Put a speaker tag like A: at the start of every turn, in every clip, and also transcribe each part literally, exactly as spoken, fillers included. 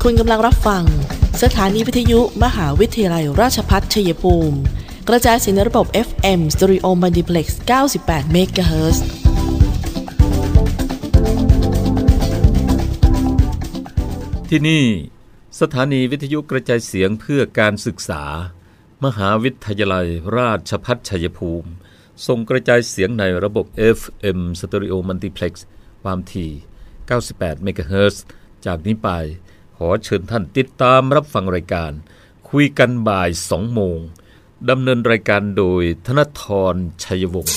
A: คุณกำลังรับฟังสถานีวิทยุมหาวิทยาลัยราชภัฏชัยภูมิกระจายเสียงในระบบ เอฟ เอ็ม Stereo Multiplex เก้าสิบแปด เมกะเฮิรตซ์
B: ที่นี่สถานีวิทยุกระจายเสียงเพื่อการศึกษามหาวิทยาลัยราชภัฏชัยภูมิส่งกระจายเสียงในระบบ เอฟ เอ็ม Stereo Multiplex ความถี่เก้าสิบแปด เมกะเฮิรตซ์ จากนี้ไปขอเชิญท่านติดตามรับฟังรายการคุยกันบ่ายสองโมงดำเนินรายการโดยธนธรชัยวงศ์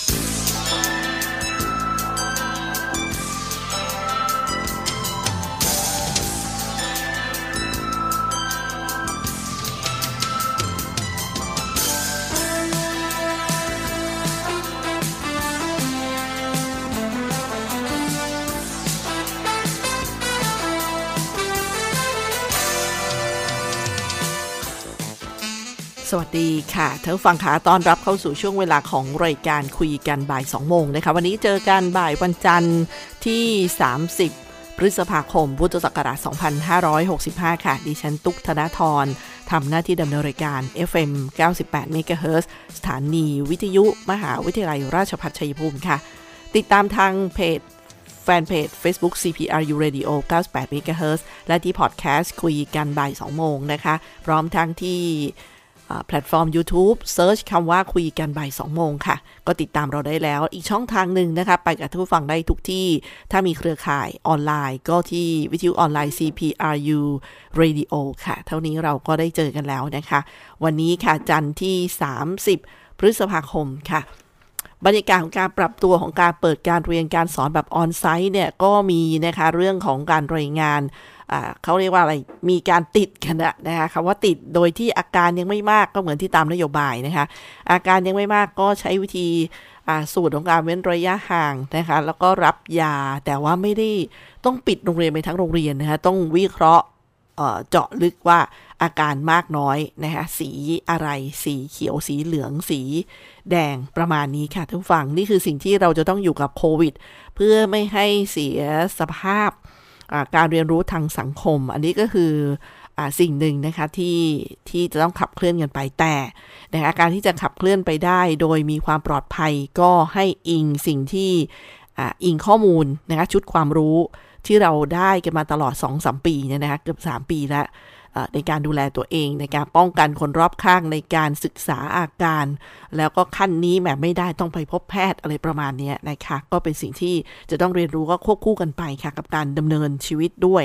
A: สวัสดีค่ะท่านผู้ฟังคะต้อนรับเข้าสู่ช่วงเวลาของรายการคุยกันบ่ายสองโมงนะคะวันนี้เจอกันบ่ายวันจันทร์ที่สามสิบพฤษภาคมพุทธศักราชสองพันห้าร้อยหกสิบห้าค่ะดิฉันตุ๊กธนธรทำหน้าที่ดำเนินรายการ เอฟ เอ็ม เก้าสิบแปด เมกะเฮิรตซ์ สถานีวิทยุมหาวิทยาลัยราชภัฏชัยภูมิค่ะติดตามทางเพจแฟนเพจ Facebook ซี พี อาร์ ยู Radio เก้าสิบแปด เมกะเฮิรตซ์ และที่พอดแคสต์คุยกันบ่ายสองโมงนะคะพร้อมทั้งที่แพลตฟอร์ม YouTube เซิร์ชคำว่าคุยกันบ่ายสองโมงค่ะก็ติดตามเราได้แล้วอีกช่องทางหนึ่งนะคะไปกับท่านผู้ฟังได้ทุกที่ถ้ามีเครือข่ายออนไลน์ก็ที่วิทยุออนไลน์ ซี พี อาร์ ยู Radio ค่ะเท่านี้เราก็ได้เจอกันแล้วนะคะวันนี้ค่ะจันทร์ที่สามสิบพฤษภาคมค่ะบรรยากาศของการปรับตัวของการเปิดการเรียนการสอนแบบออนไซต์เนี่ยก็มีนะคะเรื่องของการรายงานเขาเรียกว่าอะไรมีการติดกันนะคะคำว่าติดโดยที่อาการยังไม่มากก็เหมือนที่ตามนโยบายนะคะอาการยังไม่มากก็ใช้วิธีสูตรของการเว้นระยะห่างนะคะแล้วก็รับยาแต่ว่าไม่ได้ต้องปิดโรงเรียนไปทั้งโรงเรียนนะคะต้องวิเคราะห์เจาะลึกว่าอาการมากน้อยนะคะสีอะไรสีเขียวสีเหลืองสีแดงประมาณนี้ค่ะท่านผู้ฟังนี่คือสิ่งที่เราจะต้องอยู่กับโควิดเพื่อไม่ให้เสียสภาพการเรียนรู้ทางสังคมอันนี้ก็คืออสิ่งหนึ่งนะคะที่ที่จะต้องขับเคลื่อนกันไปแต่นะคะการที่จะขับเคลื่อนไปได้โดยมีความปลอดภัยก็ให้อิงสิ่งที่ออิงข้อมูลนะคะชุดความรู้ที่เราได้กันมาตลอด สองถึงสาม ปีเนี่ยนะคะเกือบสามปีแล้วในการดูแลตัวเองในการป้องกันคนรอบข้างในการศึกษาอาการแล้วก็ขั้นนี้แบบไม่ได้ต้องไปพบแพทย์อะไรประมาณนี้นะคะก็เป็นสิ่งที่จะต้องเรียนรู้ก็ควบคู่กันไปค่ะกับการดำเนินชีวิตด้วย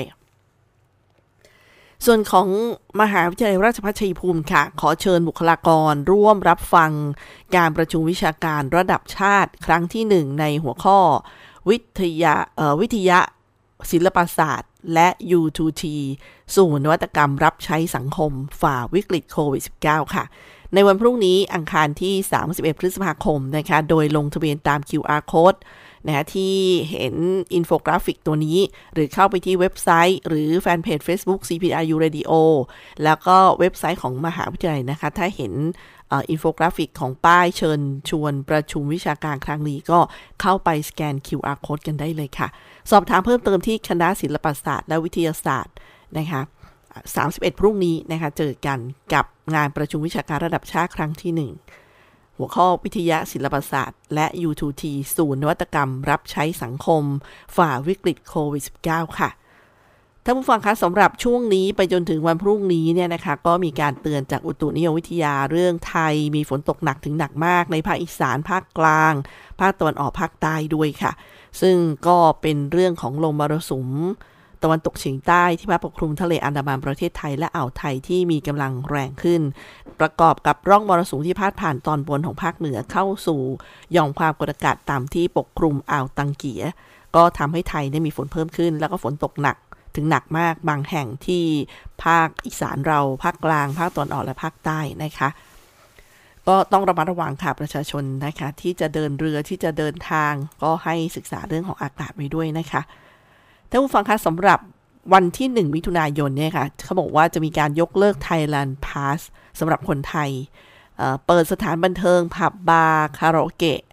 A: ส่วนของมหาวิทยาลัยราชภัฏชัยภูมิค่ะขอเชิญบุคลากรร่วมรับฟังการประชุมวิชาการระดับชาติครั้งที่หนึ่งในหัวข้อวิทยาเอ่อวิทยาศิลปศาสตร์และ ยู ทู ที สู่นวัตกรรมรับใช้สังคมฝ่าวิกฤตโควิด สิบเก้า ค่ะในวันพรุ่งนี้อังคารที่สามสิบเอ็ดพฤษภาคมนะคะโดยลงทะเบียนตาม คิว อาร์ Code นะที่เห็นอินโฟกราฟิกตัวนี้หรือเข้าไปที่เว็บไซต์หรือแฟนเพจ Facebook ซี พี อาร์ ยู Radio แล้วก็เว็บไซต์ของมหาวิทยาลัยนะคะถ้าเห็นอินโฟกราฟิกของป้ายเชิญชวนประชุมวิชาการครั้งนี้ก็เข้าไปสแกน คิว อาร์ Code กันได้เลยค่ะสอบถามเพิ่มเติมที่คณะศิลปศาสตร์และวิทยาศาสตร์นะคะสามสิบเอ็ดพรุ่งนี้นะคะเจอกันกับงานประชุมวิชาการระดับชาติครั้งที่หนึ่งหัวข้อวิทยาศิลปศาสตร์และ ยู ทู ที สู่นวัตกรรมรับใช้สังคมฝ่าวิกฤตโควิด สิบเก้า ค่ะท่านผู้ฟังคะสำหรับช่วงนี้ไปจนถึงวันพรุ่งนี้เนี่ยนะคะก็มีการเตือนจากอุตุนิยมวิทยาเรื่องไทยมีฝนตกหนักถึงหนักมากในภาคอีสานภาคกลางภาคตะวันออกภาคใต้ด้วยค่ะซึ่งก็เป็นเรื่องของลมมรสุมตะวันตกเฉียงใต้ที่พัดปกคลุมทะเลอันดามันประเทศไทยและอ่าวไทยที่มีกำลังแรงขึ้นประกอบกับร่องมรสุมที่พาดผ่านตอนบนของภาคเหนือเข้าสู่หย่อมความกดอากาศต่ำที่ปกคลุมอ่าวตังเกียก็ทำให้ไทยได้มีฝนเพิ่มขึ้นแล้วก็ฝนตกหนักถึงหนักมากบางแห่งที่ภาคอีสานเราภาคกลางภาคตะวันออกและภาคใต้นะคะก็ต้องระมัดระวังค่ะประชาชนนะคะที่จะเดินเรือที่จะเดินทางก็ให้ศึกษาเรื่องของอากาศไว้ด้วยนะคะท่านผู้ฟังคะสำหรับวันที่หนึ่งมิถุนายนเนี่ยค่ะเขาบอกว่าจะมีการยกเลิก Thailand Pass สำหรับคนไทย เอ่อ เปิดสถานบันเทิงผับบาร์คาราโอเกะ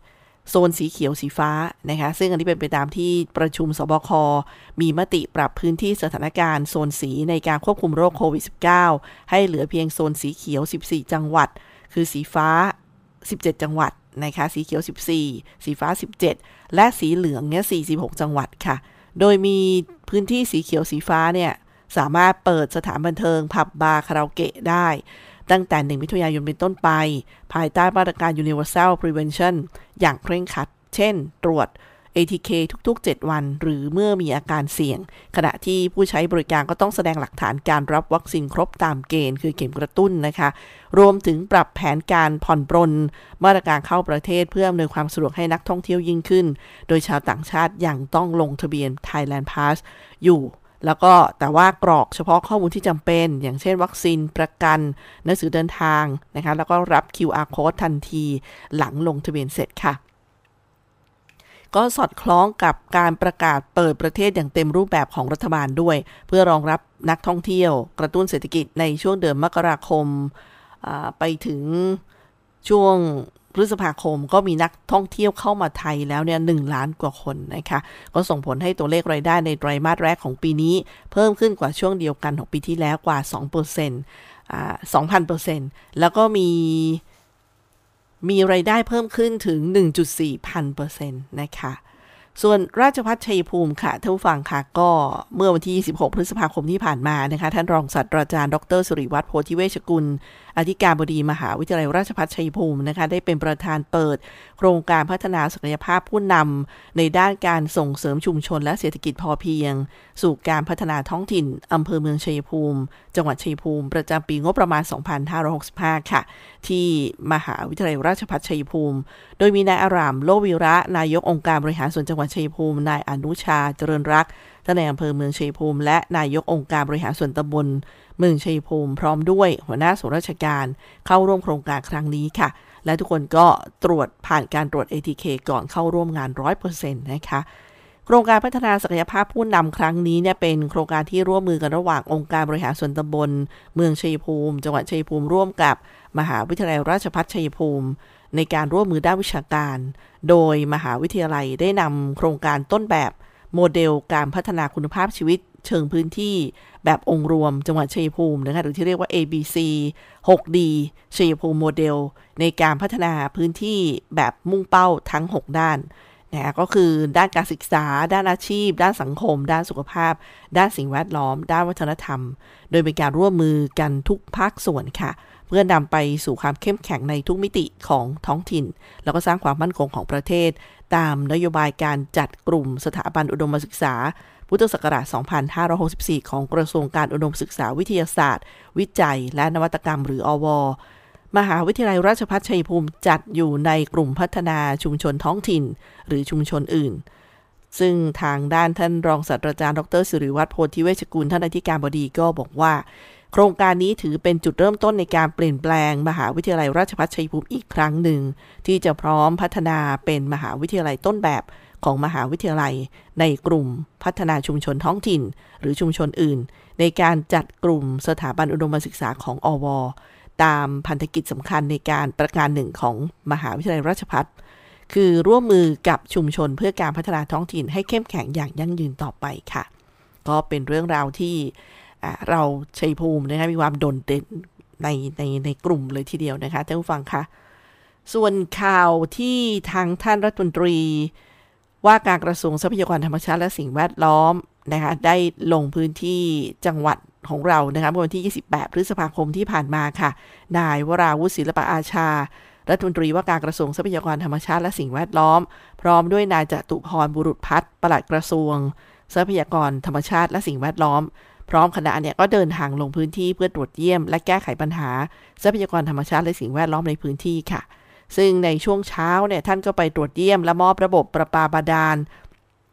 A: โซนสีเขียวสีฟ้านะคะซึ่งอันนี้เป็นไปตามที่ประชุมสบคมีมติปรับพื้นที่สถานการณ์โซนสีในการควบคุมโรคโควิด สิบเก้า ให้เหลือเพียงโซนสีเขียวสิบสี่จังหวัดคือสีฟ้าสิบเจ็ดจังหวัดนะคะสีเขียวสิบสี่สีฟ้าสิบเจ็ดและสีเหลืองเนี่ยสี่สิบหกจังหวัดค่ะโดยมีพื้นที่สีเขียวสีฟ้าเนี่ยสามารถเปิดสถานบันเทิงผับบาร์คาราโอเกะได้ตั้งแต่หนึ่งมิถุนายนเป็นต้นไปภายใต้มาตรการ Universal Prevention อย่างเคร่งครัดเช่นตรวจ เอ ที เค ทุกๆเจ็ดวันหรือเมื่อมีอาการเสี่ยงขณะที่ผู้ใช้บริการก็ต้องแสดงหลักฐานการรับวัคซีนครบตามเกณฑ์คือเข็มกระตุ้นนะคะรวมถึงปรับแผนการผ่อนปรนมาตรการเข้าประเทศเพื่ออำนวยความสะดวกให้นักท่องเที่ยวยิ่งขึ้นโดยชาวต่างชาติยังต้องลงทะเบียน Thailand Pass อยู่แล้วก็แต่ว่ากรอกเฉพาะข้อมูลที่จำเป็นอย่างเช่นวัคซีนประกันหนังสือเดินทางนะคะแล้วก็รับ คิว อาร์ Code ทันทีหลังลงทะเบียนเสร็จค่ะก็สอดคล้องกับการประกาศเปิดประเทศอย่างเต็มรูปแบบของรัฐบาลด้วยเพื่อรองรับนักท่องเที่ยวกระตุ้นเศรษฐกิจในช่วงเดือนมกราคมไปถึงช่วงพฤษภาคมก็มีนักท่องเที่ยวเข้ามาไทยแล้วเนี่ยหนึ่งล้านกว่าคนนะคะก็ส่งผลให้ตัวเลขรายได้ในไตรมาสแรกของปีนี้เพิ่มขึ้นกว่าช่วงเดียวกันของปีที่แล้วกว่า สองเปอร์เซ็นต์ อ่า สองพันเปอร์เซ็นต์ แล้วก็มีมีรายได้เพิ่มขึ้นถึง หนึ่งจุดสี่ พันเปอร์เซ็นต์นะคะส่วนราชภัฏชัยภูมิค่ะท่านผู้ฟังค่ะก็เมื่อวันที่ยี่สิบหกพฤษภาคมที่ผ่านมานะคะท่านรองศาสตราจารย์ดรสุริวัฒน์โพธิเวชกุลอธิการบดีมหาวิทยาลัยราชภัฏชัยภูมินะคะได้เป็นประธานเปิดโครงการพัฒนาศักยภาพผู้นำในด้านการส่งเสริมชุมชนและเศรษฐกิจพอเพียงสู่การพัฒนาท้องถิ่นอำเภอเมืองชัยภูมิจังหวัดชัยภูมิประจำปีงบประมาณสองพันห้าร้อยหกสิบห้าค่ะที่มหาวิทยาลัยราชภัฏชัยภูมิโดยมีนายอารามโลวิระนายกองค์การบริหารส่วนจังหวัดชัยภูมินายอนุชาเจริญรักษ์ท่านนายอำเภอเมืองชัยภูมิและนายกองค์การบริหารส่วนตำบลเมืองชัยภูมิพร้อมด้วยหัวหน้าส่วนราชการเข้าร่วมโครงการครั้งนี้ค่ะและทุกคนก็ตรวจผ่านการตรวจ เอ ที เค ก่อนเข้าร่วมงาน ร้อยเปอร์เซ็นต์ นะคะโครงการพัฒนาศักยภาพผู้นำครั้งนี้เนี่ยเป็นโครงการที่ร่วมมือกันระหว่างองค์การบริหารส่วนตำบลเมืองชัยภูมิจังหวัดชัยภูมิร่วมกับมหาวิทยาลัยราชภัฏชัยภูมิในการร่วมมือด้านวิชาการโดยมหาวิทยาลัยได้นำโครงการต้นแบบโมเดลการพัฒนาคุณภาพชีวิตเชิงพื้นที่แบบองค์รวมจังหวัดชัยภูมินะคะหรือที่เรียกว่า เอ บี ซี หก ดี ชัยภูมิโมเดลในการพัฒนาพื้นที่แบบมุ่งเป้าทั้งหกด้านนะก็คือด้านการศึกษาด้านอาชีพด้านสังคมด้านสุขภาพด้านสิ่งแวดล้อมด้านวัฒนธรรมโดยเป็นการร่วมมือกันทุกภาคส่วนค่ะเพื่อนำไปสู่ความเข้มแข็งในทุกมิติของท้องถิ่นแล้วก็สร้างความมั่นคงของประเทศตามนโยบายการจัดกลุ่มสถาบันอุดมศึกษาพุทธศักราช สองพันห้าร้อยหกสิบสี่ ของกระทรวงการอุดมศึกษาวิทยาศาสตร์วิจัยและนวัตกรรมหรืออว.มหาวิทยาลัยราชภัฏชัยภูมิจัดอยู่ในกลุ่มพัฒนาชุมชนท้องถิ่นหรือชุมชนอื่นซึ่งทางด้านท่านรองศาสตราจารย์ดรสุริวัฒน์โพธิเวชกุลท่านอธิการบดีก็บอกว่าโครงการนี้ถือเป็นจุดเริ่มต้นในการเปลี่ยนแปลงมหาวิทยาลัยราชภัฏชัยภูมิอีกครั้งหนึ่งที่จะพร้อมพัฒนาเป็นมหาวิทยาลัยต้นแบบของมหาวิทยาลัยในกลุ่มพัฒนาชุมชนท้องถิ่นหรือชุมชนอื่นในการจัดกลุ่มสถาบันอุดมศึกษาของอว.ตามพันธกิจสำคัญในการประการหนึ่งของมหาวิทยาลัยราชภัฏคือร่วมมือกับชุมชนเพื่อการพัฒนาท้องถิ่นให้เข้มแข็งอย่างยั่งยืนต่อไปค่ะก็เป็นเรื่องราวที่เราชัยภูมินะคะมีความโดดเด่นในในในกลุ่มเลยทีเดียวนะคะท่านผู้ฟังคะส่วนข่าวที่ทางท่านรัฐมนตรีว่าการกระทรวงทรัพยากรธรรมชาติและสิ่งแวดล้อมนะคะได้ลงพื้นที่จังหวัดของเรานะคะเมื่อวันที่ยี่สิบแปดพฤษภาคมที่ผ่านมาค่ะนายวราวุฒิศิลปอาชารัฐมนตรีว่าการกระทรวงทรัพยากรธรรมชาติและสิ่งแวดล้อมพร้อมด้วยนายจตุพรบุรุษพัฒน์ปลัดกระทรวงทรัพยากรธรรมชาติและสิ่งแวดล้อมพร้อมคณะเนี่ยก็เดินทางลงพื้นที่เพื่อตรวจเยี่ยมและแก้ไขปัญหาทรัพยากรธรรมชาติและสิ่งแวดล้อมในพื้นที่ค่ะซึ่งในช่วงเช้าเนี่ยท่านก็ไปตรวจเยี่ยมและมอบระบบประปาบาดาล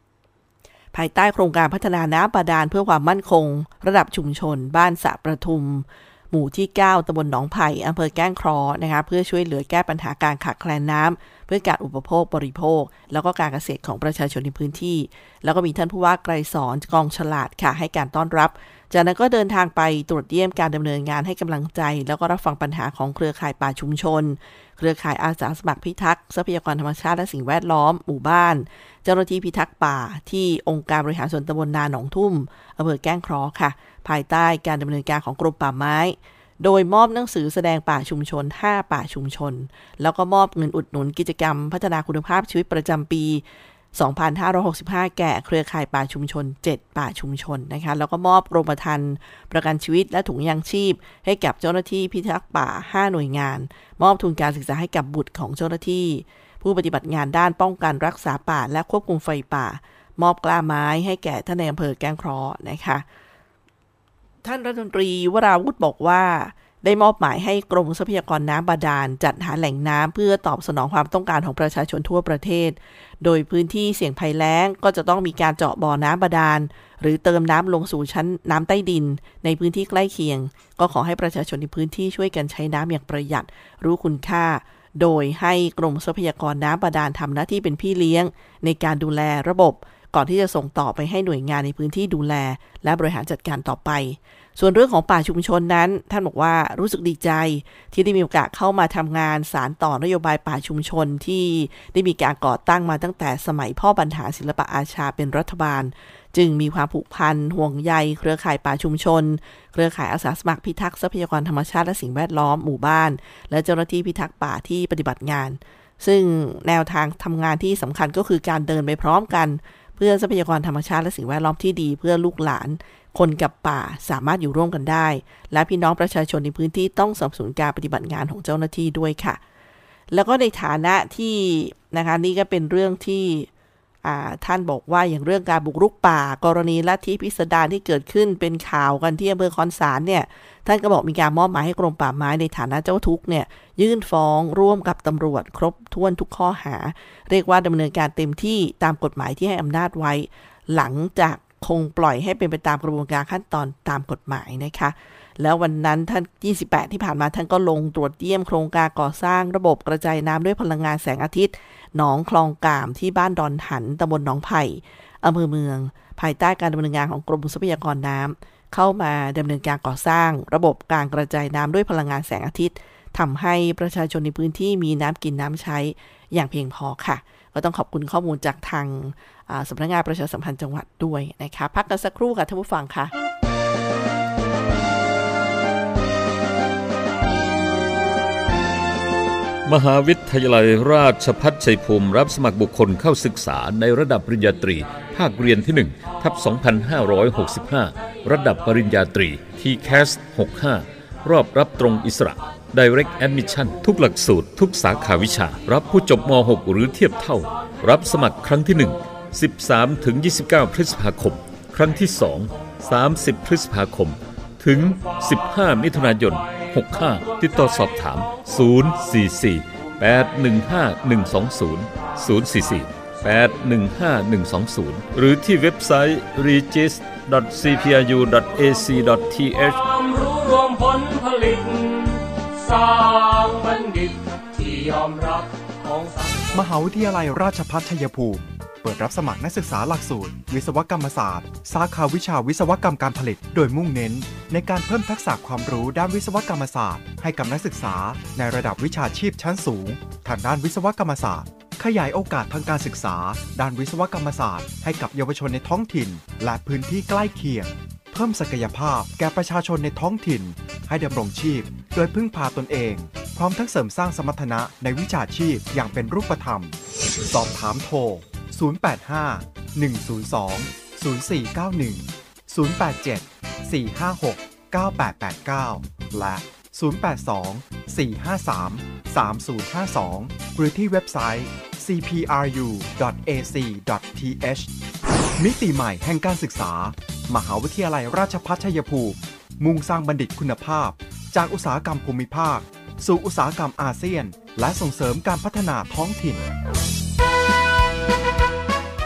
A: ภายใต้โครงการพัฒนาน้ำบาดาลเพื่อความมั่นคงระดับชุมชนบ้านสระประทุมหมู่ที่เก้าตำบลหนองไผ่อำเภอแก้งเคราะห์นะคะเพื่อช่วยเหลือแก้ปัญหาการขาดแคลนน้ำเพื่อการอุปโภคบริโภคแล้วก็การเกษตรของประชาชนในพื้นที่แล้วก็มีท่านผู้ว่าไกรสอนกองฉลาดค่ะให้การต้อนรับจากนั้นก็เดินทางไปตรวจเยี่ยมการดำเนินงานให้กำลังใจแล้วก็รับฟังปัญหาของเครือข่ายป่าชุมชนเครือข่ายอาสาสมัครพิทักษ์ทรัพยากรธรรมชาติและสิ่งแวดล้อมหมู่บ้านเจ้าหน้าที่พิทักษ์ป่าที่องค์การบริหารส่วนตำบลนาหนองทุ่มอำเภอแก้งเคราะห์ค่ะภายใต้การดำเนินการของกรมป่าไม้โดยมอบหนังสือแสดงป่าชุมชนห้าป่าชุมชนแล้วก็มอบเงินอุดหนุนกิจกรรมพัฒนาคุณภาพชีวิตประจำปีสองพันห้าร้อยหกสิบห้าแก่เครือข่ายป่าชุมชนเจ็ดป่าชุมชนนะคะแล้วก็มอบกรมธรรม์ประกันชีวิตและถุงยางชีพให้กับเจ้าหน้าที่พิทักษ์ป่าห้าหน่วยงานมอบทุนการศึกษาให้กับบุตรของเจ้าหน้าที่ผู้ปฏิบัติงานด้านป้องกันรักษาป่าและควบคุมไฟป่ามอบกล้าไม้ให้แก่ท่านในอำเภอแก้งเคราะห์นะคะท่านรัฐมนตรีวราวุฒิบอกว่าได้มอบหมายให้กรมทรัพยากรน้ำบาดาลจัดหาแหล่งน้ำเพื่อตอบสนองความต้องการของประชาชนทั่วประเทศโดยพื้นที่เสี่ยงภัยแล้งก็จะต้องมีการเจาะบ่อน้ำบาดาลหรือเติมน้ำลงสู่ชั้นน้ำใต้ดินในพื้นที่ใกล้เคียงก็ขอให้ประชาชนในพื้นที่ช่วยกันใช้น้ำอย่างประหยัดรู้คุณค่าโดยให้กรมทรัพยากรน้ำบาดาลทำหน้าที่เป็นพี่เลี้ยงในการดูแลระบบก่อนที่จะส่งต่อไปให้หน่วยงานในพื้นที่ดูแลและบริหารจัดการต่อไปส่วนเรื่องของป่าชุมชนนั้นท่านบอกว่ารู้สึกดีใจที่ได้มีโอกาสเข้ามาทำงานสานต่อนโยบายป่าชุมชนที่ได้มีการก่อตั้งมาตั้งแต่สมัยพ่อบรรหารศิลปอาชาเป็นรัฐบาลจึงมีความผูกพันห่วงใยเครือข่ายป่าชุมชนเครือข่ายอาสาสมัครพิทักษ์ทรัพยากรธรรมชาติและสิ่งแวดล้อมหมู่บ้านและเจ้าหน้าที่พิทักษ์ป่าที่ปฏิบัติงานซึ่งแนวทางทำงานที่สำคัญก็คือการเดินไปพร้อมกันเพื่อทรัพยากรธรรมชาติและสิ่งแวดล้อมที่ดีเพื่อลูกหลานคนกับป่าสามารถอยู่ร่วมกันได้และพี่น้องประชาชนในพื้นที่ต้องสนับสนุนการปฏิบัติงานของเจ้าหน้าที่ด้วยค่ะแล้วก็ในฐานะที่นะคะนี่ก็เป็นเรื่องที่ท่านบอกว่าอย่างเรื่องการบุกรุกป่ากรณีลัทธิพิสดารที่เกิดขึ้นเป็นข่าวกันที่อำเภอคอนสารเนี่ยท่านก็บอกมีการมอบหมายให้กรมป่าไม้ในฐานะเจ้าทุกข์เนี่ยยื่นฟ้องร่วมกับตำรวจครบถ้วนทุกข้อหาเรียกว่าดำเนินการเต็มที่ตามกฎหมายที่ให้อำนาจไว้หลังจากคงปล่อยให้เป็นไปตามกระบวนการขั้นตอนตามกฎหมายนะคะแล้ววันนั้นท่านยี่สิบแปดที่ผ่านมาท่านก็ลงตรวจเยี่ยมโครงการก่อสร้างระบบกระจายน้ำด้วยพลังงานแสงอาทิตย์หนองคลองกามที่บ้านดอนหันตำบลหนองไผ่อำเภอเมืองภายใต้การดำเนินงานของกรมทรัพยากรน้ำเข้ามาดำเนินการก่อสร้างระบบการกระจายน้ำด้วยพลังงานแสงอาทิตย์ทำให้ประชาชนในพื้นที่มีน้ำกินน้ำใช้อย่างเพียงพอค่ะก็ต้องขอบคุณข้อมูลจากทางสำนักงานประชาสัมพันธ์จังหวัดด้วยนะคะพักกันสักครู่ค่ะท่านผู้ฟังค่ะ
B: มหาวิทยาลัยราชภัฏชัยภูมิรับสมัครบุคคลเข้าศึกษาในระดับปริญญาตรีภาคเรียนที่หนึ่งทับสองพันห้าร้อยหกสิบห้าระดับปริญญาตรี ที แคส หกสิบห้ารอบรับตรงอิสระ Direct Admission ทุกหลักสูตรทุกสาขาวิชารับผู้จบม หก หรือเทียบเท่ารับสมัครครั้งที่หนึ่ง สิบสามถึงยี่สิบเก้า พฤษภาคมครั้งที่สอง สามสิบ พฤษภาคมถึงสิบห้า มิถุนายน หกสิบห้าติดต่อสอบถามศูนย์ สี่ สี่ แปด หนึ่ง ห้า หนึ่ง สอง ศูนย์ ศูนย์ สี่ สี่ แปด หนึ่ง ห้า หนึ่ง สอง ศูนย์หรือที่เว็บไซต์ regis ดอท ซี พี อาร์ ยู ดอท เอ ซี ดอท ที เอช
C: ความรู้รวมผลผลิตสร้างบัณฑิตที่ยอมรับของสังคม
D: มหาวิทยาลัยราชภัฏชัยภูมิเปิดรับสมัครนักศึกษาหลักสูตรวิศวกรรมศาสตร์สาขาวิชาวิศวกรรมการผลิตโดยมุ่งเน้นในการเพิ่มทักษะความรู้ด้านวิศวกรรมศาสตร์ให้กับนักศึกษาในระดับวิชาชีพชั้นสูงทางด้านวิศวกรรมศาสตร์ขยายโอกาสทางการศึกษาด้านวิศวกรรมศาสตร์ให้กับเยาวชนในท้องถิ่นและพื้นที่ใกล้เคียงเพิ่มศักยภาพแก่ประชาชนในท้องถิ่นให้ดำรงชีพโดยพึ่งพาตนเองพร้อมทั้งเสริมสร้างสมรรถนะในวิชาชีพอย่างเป็นรูปธรรมสอบถามโทรศูนย์ แปด ห้า หนึ่ง ศูนย์ สอง ศูนย์ สี่ เก้า หนึ่ง ศูนย์ แปด เจ็ด สี่ ห้า หก เก้า แปด แปด เก้าและศูนย์ แปด สอง สี่ ห้า สาม สาม ศูนย์ ห้า สองหรือที่เว็บไซต์ ซี พี อาร์ ยู ดอท เอ ซี ดอท ที เอช มิติใหม่แห่งการศึกษามหาวิทยาลัยราชภัฏชัยภูมิมุ่งสร้างบัณฑิตคุณภาพจากอุตสาหกรรมภูมิภาคสู่อุตสาหกรรมอาเซียนและส่งเสริมการพัฒนาท้องถิ่น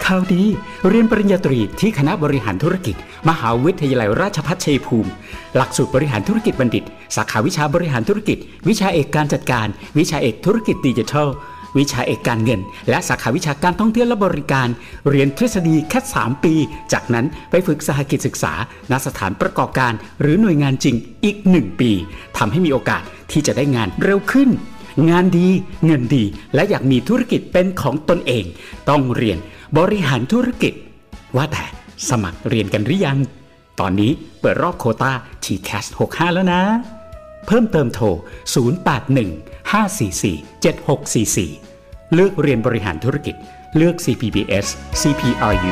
E: ข่าวดีเรียนปริญญาตรีที่คณะบริหารธุรกิจมหาวิทยาลัยราชภัฏชัยภูมิหลักสูตรบริหารธุรกิจบัณฑิตสาขาวิชาบริหารธุรกิจวิชาเอกการจัดการวิชาเอกธุรกิจดิจิทัลวิชาเอกการเงินและสาขาวิชาการท่องเที่ยวและบริการเรียนทฤษฎีแค่สามปีจากนั้นไปฝึกสหกิจศึกษาณสถานประกอบการหรือหน่วยงานจริงอีกหนึ่งปีทำให้มีโอกาสที่จะได้งานเร็วขึ้นงานดีเงินดีและอยากมีธุรกิจเป็นของตนเองต้องเรียนบริหารธุรกิจว่าแต่สมัครเรียนกันหรือยังตอนนี้เปิดรอบโควต้า ที แคส หกสิบห้า แล้วนะเพิ่มเติมโทรศูนย์ แปด หนึ่ง ห้า สี่ สี่ เจ็ด หก สี่ สี่เลือกเรียนบริหารธุรกิจเลือก ซี พี บี เอส ซี พี อาร์ ยู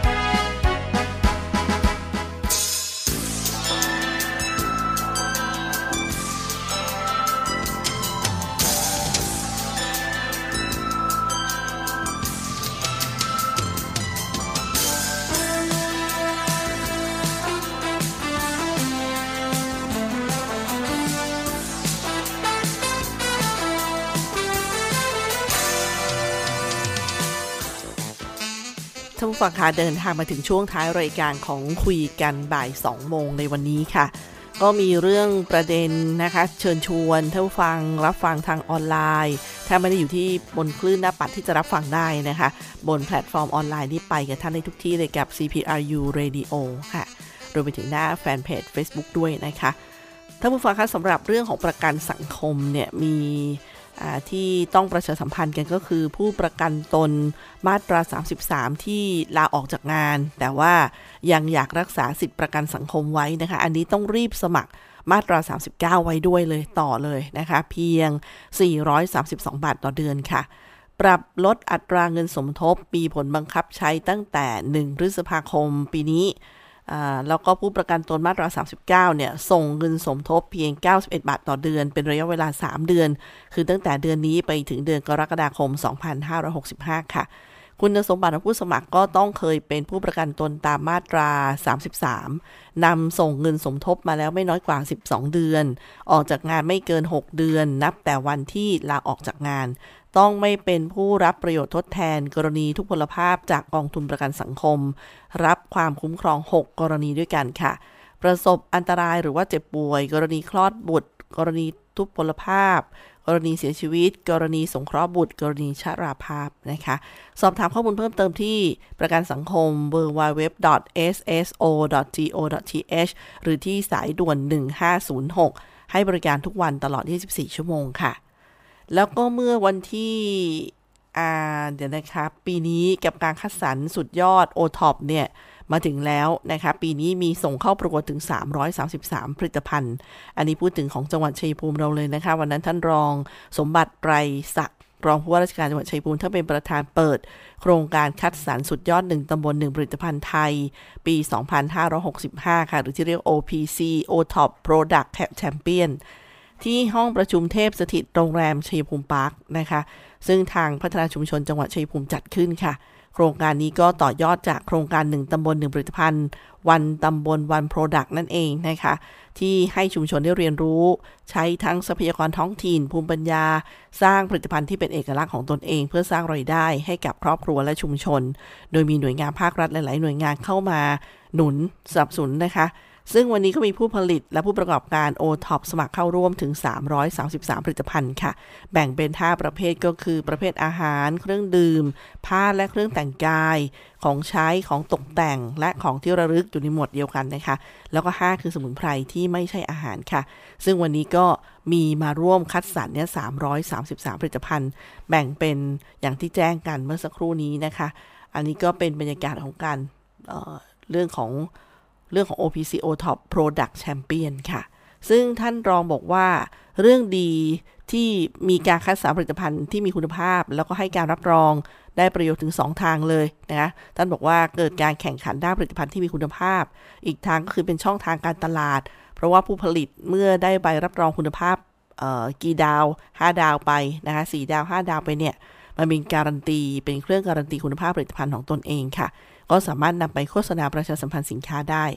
A: ท่านผู้ฟังคะเดินทางมาถึงช่วงท้ายรายการของคุยกันบ่ายสองโมงในวันนี้ค่ะก็มีเรื่องประเด็นนะคะเชิญชวนท่านผู้ฟังรับฟังทางออนไลน์ถ้าไม่ได้อยู่ที่บนคลื่นหน้าปัดที่จะรับฟังได้นะคะบนแพลตฟอร์มออนไลน์นี่ไปกับท่านในทุกที่เลยกับ ซี พี อาร์ ยู Radio ค่ะรวมไปถึงหน้าแฟนเพจ Facebook ด้วยนะคะท่านผู้ฟังคะสำหรับเรื่องของประกันสังคมเนี่ยมีที่ต้องประชาสัมพันธ์กันก็คือผู้ประกันตนมาตราสามสิบสามที่ลาออกจากงานแต่ว่ายังอยากรักษาสิทธิประกันสังคมไว้นะคะอันนี้ต้องรีบสมัครมาตราสามสิบเก้าไว้ด้วยเลยต่อเลยนะคะเพียงสี่ร้อยสามสิบสองบาทต่อเดือนค่ะปรับลดอัตราเงินสมทบมีผลบังคับใช้ตั้งแต่หนึ่งพฤษภาคมปีนี้แล้วก็ผู้ประกันตนมาตราสามสิบเก้าเนี่ยส่งเงินสมทบเพียงเก้าสิบเอ็ดบาทต่อเดือนเป็นระยะเวลาสามเดือนคือตั้งแต่เดือนนี้ไปถึงเดือนกรกฎาคมสองพันห้าร้อยหกสิบห้าค่ะคุณสมบัติของผู้สมัครก็ต้องเคยเป็นผู้ประกันตนตามมาตราสามสิบสามนำส่งเงินสมทบมาแล้วไม่น้อยกว่าสิบสองเดือนออกจากงานไม่เกินหกเดือนนับแต่วันที่ลาออกจากงานต้องไม่เป็นผู้รับประโยชน์ทดแทนกรณีทุพพลภาพจากกองทุนประกันสังคมรับความคุ้มครองหกกรณีด้วยกันค่ะประสบอันตรายหรือว่าเจ็บป่วยกรณีคลอดบุตรกรณีทุพพลภาพกรณีเสียชีวิตกรณีสงเคราะห์บุตรกรณีชราภาพนะคะสอบถามข้อมูลเพิ่มเติมที่ประกันสังคม ดับเบิลยู ดับเบิลยู ดับเบิลยู ดอท เอส เอส โอ ดอท จี โอ ดอท ที เอช หรือที่สายด่วนหนึ่งห้าศูนย์หกให้บริการทุกวันตลอดยี่สิบสี่ชั่วโมงค่ะแล้วก็เมื่อวันที่อ่าเดี๋ยวนะคะปีนี้กับการคัดสรรสุดยอด โอ ท็อป เนี่ยมาถึงแล้วนะคะปีนี้มีส่งเข้าประกวดถึงสามร้อยสามสิบสามผลิตภัณฑ์อันนี้พูดถึงของจังหวัดชัยภูมิเราเลยนะคะวันนั้นท่านรองสมบัติไตรศักดิ์รองผู้ว่าราชการจังหวัดชัยภูมิท่านเป็นประธานเปิดโครงการคัดสรรสุดยอดหนึ่งตำบลหนึ่งผลิตภัณฑ์ไทยปีสองพันห้าร้อยหกสิบห้าค่ะหรือที่เรียก โอ พี ซี โอ ท็อป Product Championที่ห้องประชุมเทพสถิตโรงแรมชัยภูมิพาร์คนะคะซึ่งทางพัฒนาชุมชนจังหวัดชัยภูมิจัดขึ้นค่ะโครงการนี้ก็ต่อยอดจากโครงการหนึ่งตำบลหนึ่งผลิตภัณฑ์วันตำบลวันโปรดักต์นั่นเองนะคะที่ให้ชุมชนได้เรียนรู้ใช้ทั้งทรัพยากรท้องถิ่นภูมิปัญญาสร้างผลิตภัณฑ์ที่เป็นเอกลักษณ์ของตนเองเพื่อสร้างรายได้ให้กับครอบครัวและชุมชนโดยมีหน่วยงานภาครัฐหลายๆหน่วยงานเข้ามาหนุนสนับสนุนนะคะซึ่งวันนี้ก็มีผู้ผลิตและผู้ประกอบการ โอ ท็อป สมัครเข้าร่วมถึงสามร้อยสามสิบสามผลิตภัณฑ์ค่ะแบ่งเป็นห้าประเภทก็คือประเภทอาหารเครื่องดื่มผ้าและเครื่องแต่งกายของใช้ของตกแต่งและของที่ระลึกอยู่ในหมวดเดียวกันนะคะแล้วก็ห้าคือสมุนไพรที่ไม่ใช่อาหารค่ะซึ่งวันนี้ก็มีมาร่วมคัดสรรเนี่ยสามร้อยสามสิบสามผลิตภัณฑ์แบ่งเป็นอย่างที่แจ้งกันเมื่อสักครู่นี้นะคะอันนี้ก็เป็นบรรยากาศของการเอ่อเรื่องของเรื่องของ โอ พี ซี โอ ท็อป Product Champion ค่ะซึ่งท่านรองบอกว่าเรื่องดีที่มีการคัดสรรผลิตภัณฑ์ที่มีคุณภาพแล้วก็ให้การรับรองได้ประโยชน์ถึงสองทางเลยนะท่านบอกว่าเกิดการแข่งขันด้านผลิตภัณฑ์ที่มีคุณภาพอีกทางก็คือเป็นช่องทางการตลาดเพราะว่าผู้ผลิตเมื่อได้ใบรับรองคุณภาพเอ่อกี่ดาวห้าดาวไปนะคะสี่ดาวห้าดาวไปเนี่ยมันมีการันตีเป็นเครื่องการันตีคุณภาพผลิตภัณฑ์ของตนเองค่ะก็สามารถนำไปโฆษณาประชาสัมพันธ์สินค้าได้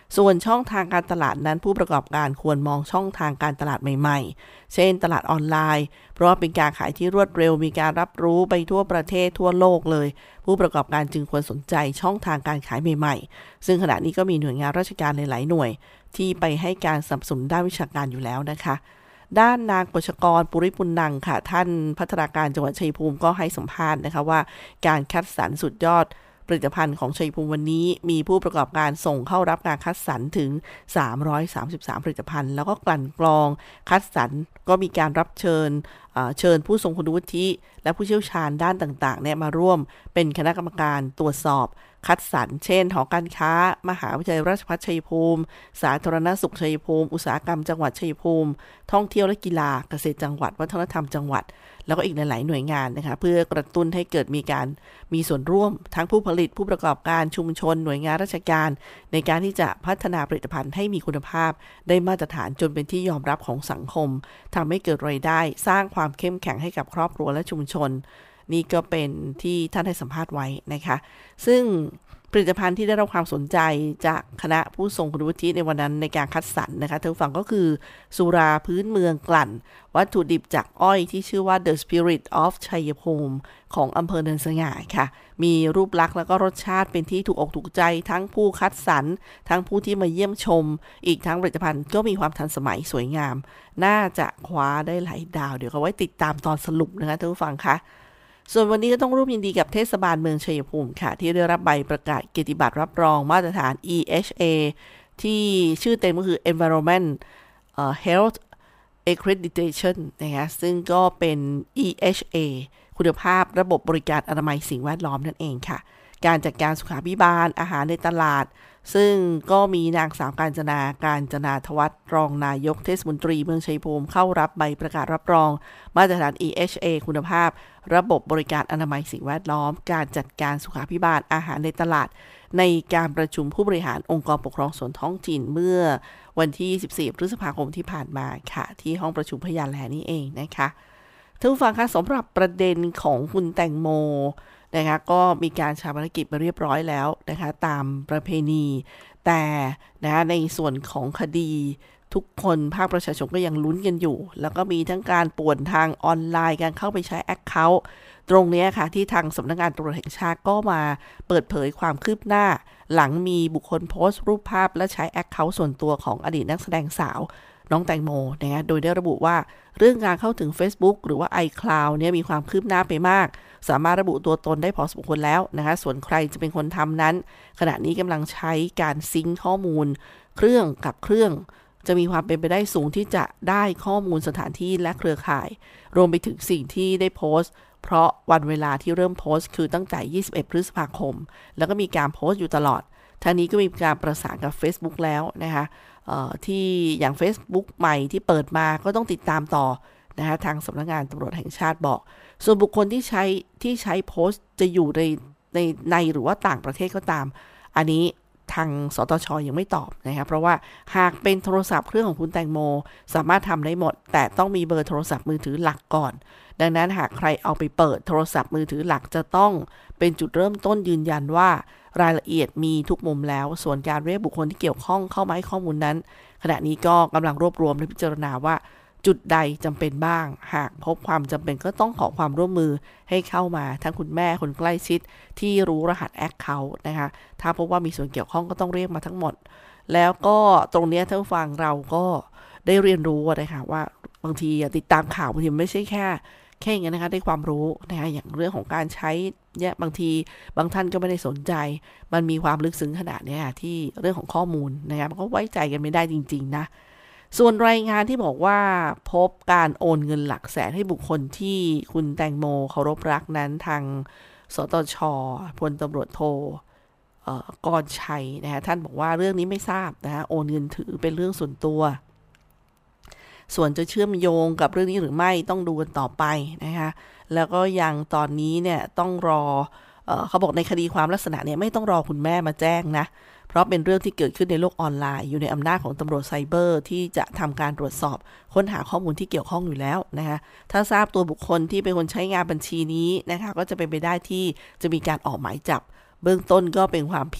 A: ส่วนช่องทางการตลาดนั้นผู้ประกอบการควรมองช่องทางการตลาดใหม่ๆเช่นตลาดออนไลน์เพราะว่าเป็นการขายที่รวดเร็วมีการรับรู้ไปทั่วประเทศทั่วโลกเลยผู้ประกอบการจึงควรสนใจช่องทางการขายใหม่ๆซึ่งขณะนี้ก็มีหน่วยงานราชการหลายๆหน่วยที่ไปให้การสนับสนุนด้านวิชาการอยู่แล้วนะคะด้านนางกฤษกรปุริปุณณังค่ะท่านพัฒนาการจังหวัดชัยภูมิก็ให้สัมภาษณ์นะคะว่าการคัดสรรสุดยอดผลิตภัณฑ์ของชัยภูมิวันนี้มีผู้ประกอบการส่งเข้ารับการคัดสรรถึงสามร้อยสามสิบสามผลิตภัณฑ์แล้วก็กลั่นกรองคัดสรรก็มีการรับเชิญเชิญผู้ทรงคุณวุฒิและผู้เชี่ยวชาญด้านต่างๆเนี่ยมาร่วมเป็นคณะกรรมการตรวจสอบคัดสรรเช่นหอการค้ามหาวิทยาลัยราชภัฏชัยภูมิสาธารณสุขชัยภูมิอุตสาหกรรมจังหวัดชัยภูมิท่องเที่ยวและกีฬาเกษตรจังหวัดวัฒนธรรมจังหวัดแล้วก็อีกหลายๆหน่วยงานนะคะเพื่อกระตุ้นให้เกิดมีการมีส่วนร่วมทั้งผู้ผลิตผู้ประกอบการชุมชนหน่วยงานราชการในการที่จะพัฒนาผลิตภัณฑ์ให้มีคุณภาพได้มาตรฐานจนเป็นที่ยอมรับของสังคมทำให้เกิดรายได้สร้างความเข้มแข็งให้กับครอบครัวและชุมชนนี่ก็เป็นที่ท่านให้สัมภาษณ์ไว้นะคะซึ่งผลิตภัณฑ์ที่ได้รับความสนใจจากคณะผู้ทรงคุณวุฒิในวันนั้นในการคัดสรรนะคะท่านผู้ฟังก็คือสุราพื้นเมืองกลั่นวัตถุดิบจากอ้อยที่ชื่อว่า The Spirit of ชัยภูมิของอำเภอเนินสง่าค่ะมีรูปลักษณ์แล้วก็รสชาติเป็นที่ถูกอกถูกใจทั้งผู้คัดสรรทั้งผู้ที่มาเยี่ยมชมอีกทั้งผลิตภัณฑ์ก็มีความทันสมัยสวยงามน่าจะคว้าได้หลายดาวเดี๋ยวเขาไว้ติดตามตอนสรุปนะคะท่านผู้ฟังคะส่วนวันนี้ก็ต้องร่วมยินดีกับเทศบาลเมืองชัยภูมิค่ะที่ได้รับใบประกาศเกียรติบัตรรับรองมาตรฐาน อี เอช เอ ที่ชื่อเต็มก็คือ Environment uh, Health Accreditation นะคะซึ่งก็เป็น อี เอช เอ คุณภาพระบบบริการอนามัยสิ่งแวดล้อมนั่นเองค่ะการจัดการสุขาภิบาลอาหารในตลาดซึ่งก็มีนางสาวกาญจนาการจนาทวัฒน์รองนายกเทศมนตรีเมืองชัยภูมิเข้ารับใบประกาศรับรองมาตรฐาน อี เอช เอ คุณภาพระบบบริการอนามัยสิ่งแวดล้อมการจัดการสุขาภิบาลอาหารในตลาดในการประชุมผู้บริหารองค์กรปกครองส่วนท้องถิ่นเมื่อวันที่ยี่สิบสี่พฤษภาคมที่ผ่านมาค่ะที่ห้องประชุมพญาแลนี่เองนะคะท่านผู้ฟังคะสำหรับประเด็นของคุณแตงโมนะคะก็มีการชาปนกิจไปเรียบร้อยแล้วนะคะตามประเพณีแต่นะในส่วนของคดีทุกคนภาคประชาชนก็ยังลุ้นกันอยู่แล้วก็มีทั้งการป่วนทางออนไลน์การเข้าไปใช้แอคเคาท์ตรงนี้ค่ะที่ทางสำนักงานตำรวจแห่งชาติก็มาเปิดเผยความคืบหน้าหลังมีบุคคลโพสต์รูปภาพและใช้แอคเคาท์ส่วนตัวของอดีตนักแสดงสาวน้องแตงโมนะโดยได้ระบุว่าเรื่องการเข้าถึง Facebook หรือว่า iCloud เนี่ยมีความคืบหน้าไปมากสามารถระบุตัวตนได้พอสมควรแล้วนะคะส่วนใครจะเป็นคนทำนั้นขณะนี้กำลังใช้การซิงค์ข้อมูลเครื่องกับเครื่องจะมีความเป็นไปได้สูงที่จะได้ข้อมูลสถานที่และเครือข่ายรวมไปถึงสิ่งที่ได้โพสต์เพราะวันเวลาที่เริ่มโพสต์คือตั้งแต่ยี่สิบเอ็ดพฤษภาคมแล้วก็มีการโพสต์อยู่ตลอดทางนี้ก็มีการประสานกับ Facebook แล้วนะคะที่อย่าง Facebook ใหม่ที่เปิดมาก็ต้องติดตามต่อนะคะทางสำนักงานตำรวจแห่งชาติบอกส่วนบุคคลที่ใช้ที่ใช้โพสต์จะอยู่ในในในหรือว่าต่างประเทศก็ตามอันนี้ทางสตช.ยังไม่ตอบนะคะเพราะว่าหากเป็นโทรศัพท์เครื่องของคุณแตงโมสามารถทำได้หมดแต่ต้องมีเบอร์โทรศัพท์มือถือหลักก่อนดังนั้นหากใครเอาไปเปิดโทรศัพท์มือถือหลักจะต้องเป็นจุดเริ่มต้นยืนยันว่ารายละเอียดมีทุกมุมแล้วส่วนการเรียกบุคคลที่เกี่ยวข้องเข้ามาให้ข้อมูลนั้นขณะนี้ก็กำลังรวบรวมและพิจารณาว่าจุดใดจำเป็นบ้างหากพบความจำเป็นก็ต้องขอความร่วมมือให้เข้ามาทั้งคุณแม่คนใกล้ชิดที่รู้รหัสแอคเคาท์นะคะถ้าพบว่ามีส่วนเกี่ยวข้องก็ต้องเรียกมาทั้งหมดแล้วก็ตรงนี้ท่านผู้ฟังเราก็ได้เรียนรู้นะคะว่าบางทีติดตามข่าวบางทีไม่ใช่แค่แค่อย่างนั้นนะคะได้ความรู้นะคะอย่างเรื่องของการใช้เนี่ยบางทีบางท่านก็ไม่ได้สนใจมันมีความลึกซึ้งขนาดนี้ที่เรื่องของข้อมูลนะคะมันก็ไว้ใจกันไม่ได้จริงๆนะส่วนรายงานที่บอกว่าพบการโอนเงินหลักแสนให้บุคคลที่คุณแตงโมเคารพรักนั้นทางสตช.พลตำรวจโทกรชัยนะคะท่านบอกว่าเรื่องนี้ไม่ทราบนะคะโอนเงินถือเป็นเรื่องส่วนตัวส่วนจะเชื่อมโยงกับเรื่องนี้หรือไม่ต้องดูกันต่อไปนะคะแล้วก็ยังตอนนี้เนี่ยต้องรอเอ่อเขาบอกในคดีความลักษณะเนี่ยไม่ต้องรอคุณแม่มาแจ้งนะเพราะเป็นเรื่องที่เกิดขึ้นในโลกออนไลน์อยู่ในอำนาจของตำรวจไซเบอร์ที่จะทำการตรวจสอบค้นหาข้อมูลที่เกี่ยวข้องอยู่แล้วนะคะถ้าทราบตัวบุคคลที่เป็นคนใช้งานบัญชีนี้นะคะก็จะเป็นไปได้ที่จะมีการออกหมายจับเบื้องต้นก็เป็นความผิด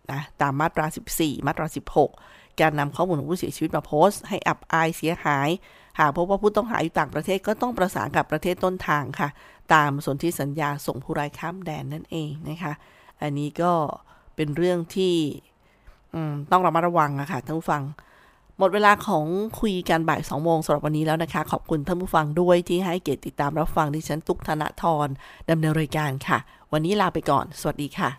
A: นะตามมาตราสิบสี่มาตราสิบหกการนำข้อมูลของผู้เสียชีวิตมาโพสต์ให้อับอายเสียหายหากพบว่าผู้ต้องหาอยู่ต่างประเทศก็ต้องประสานกับประเทศต้นทางค่ะตามสนธิสัญญาส่งผู้ร้ายข้ามแดนนั่นเองนะคะอันนี้ก็เป็นเรื่องที่ต้องระมัดระวังอะค่ะท่านผู้ฟังหมดเวลาของคุยกันบ่ายสองโมงสำหรับวันนี้แล้วนะคะขอบคุณท่านผู้ฟังด้วยที่ให้เกียรติติดตามรับฟังดิฉันตุ๊กธนธรดำเนินรายการค่ะวันนี้ลาไปก่อนสวัสดีค่ะ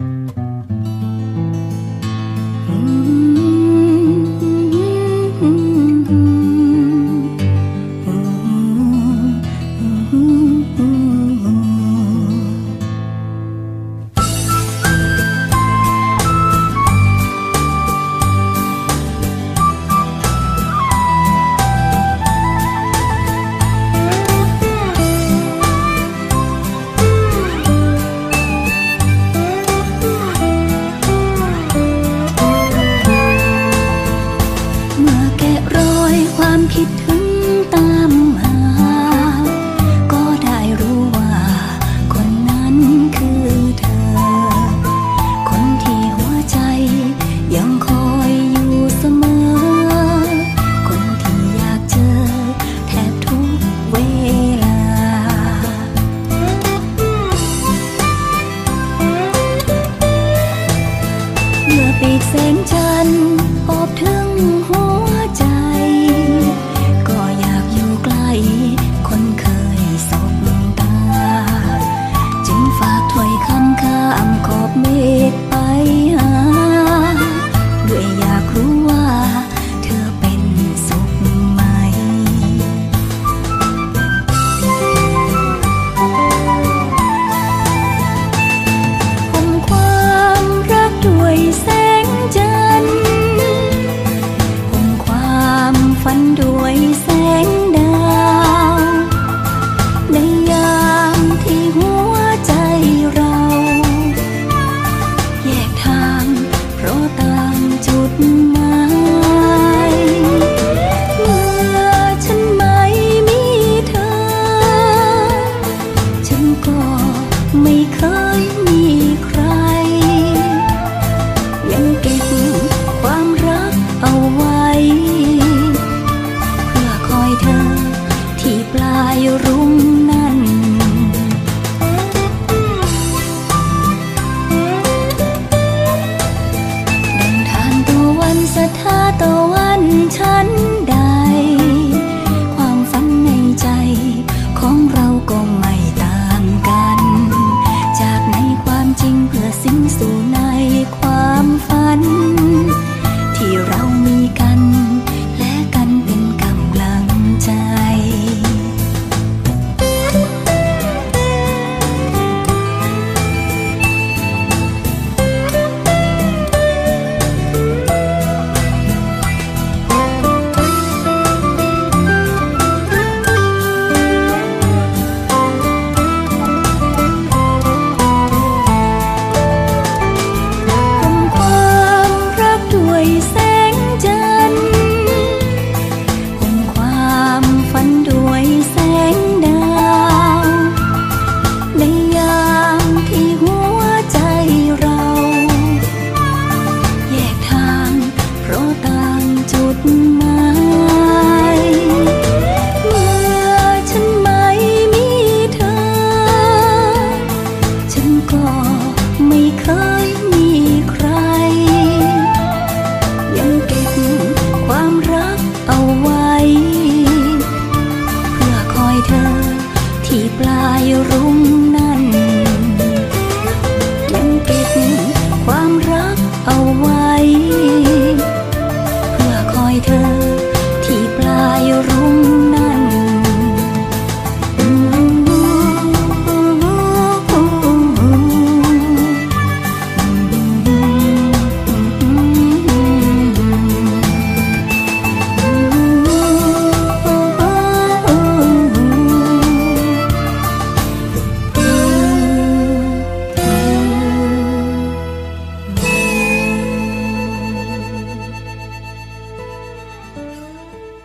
F: คิดถึงตามหาก็ได้รู้ว่าคนนั้นคือเธอคนที่หัวใจยังคอยอยู่เสมอคนที่อยากเจอแทบทุกเวลาเมื่อปีกแสงจันทร์โอบถึงหัวใจคนเคยสบตาจึงฝากถ้อยคำข้ามขอบเมฆไปหาด้วยอยากรู้ว่าเธอเป็นสุขไหมห่มความรักด้วยแสงจันทร์ห่มความฝันด้วยแสงดาวในยามที่หัวใจเราแยกทางเพราะต่างจุดหมายเมื่อฉันไม่มีเธอฉันก็ไม่เคยมีใครยังเก็บความรักเอาไว้เพื่อคอยเธอที่ปลายรุ่งนั้นดังทานตะวันสถาตะวันชั้นใดความฝันในใจของเราก็ไม่ต่างกันจากในความจริงเพื่อสิ้นสู่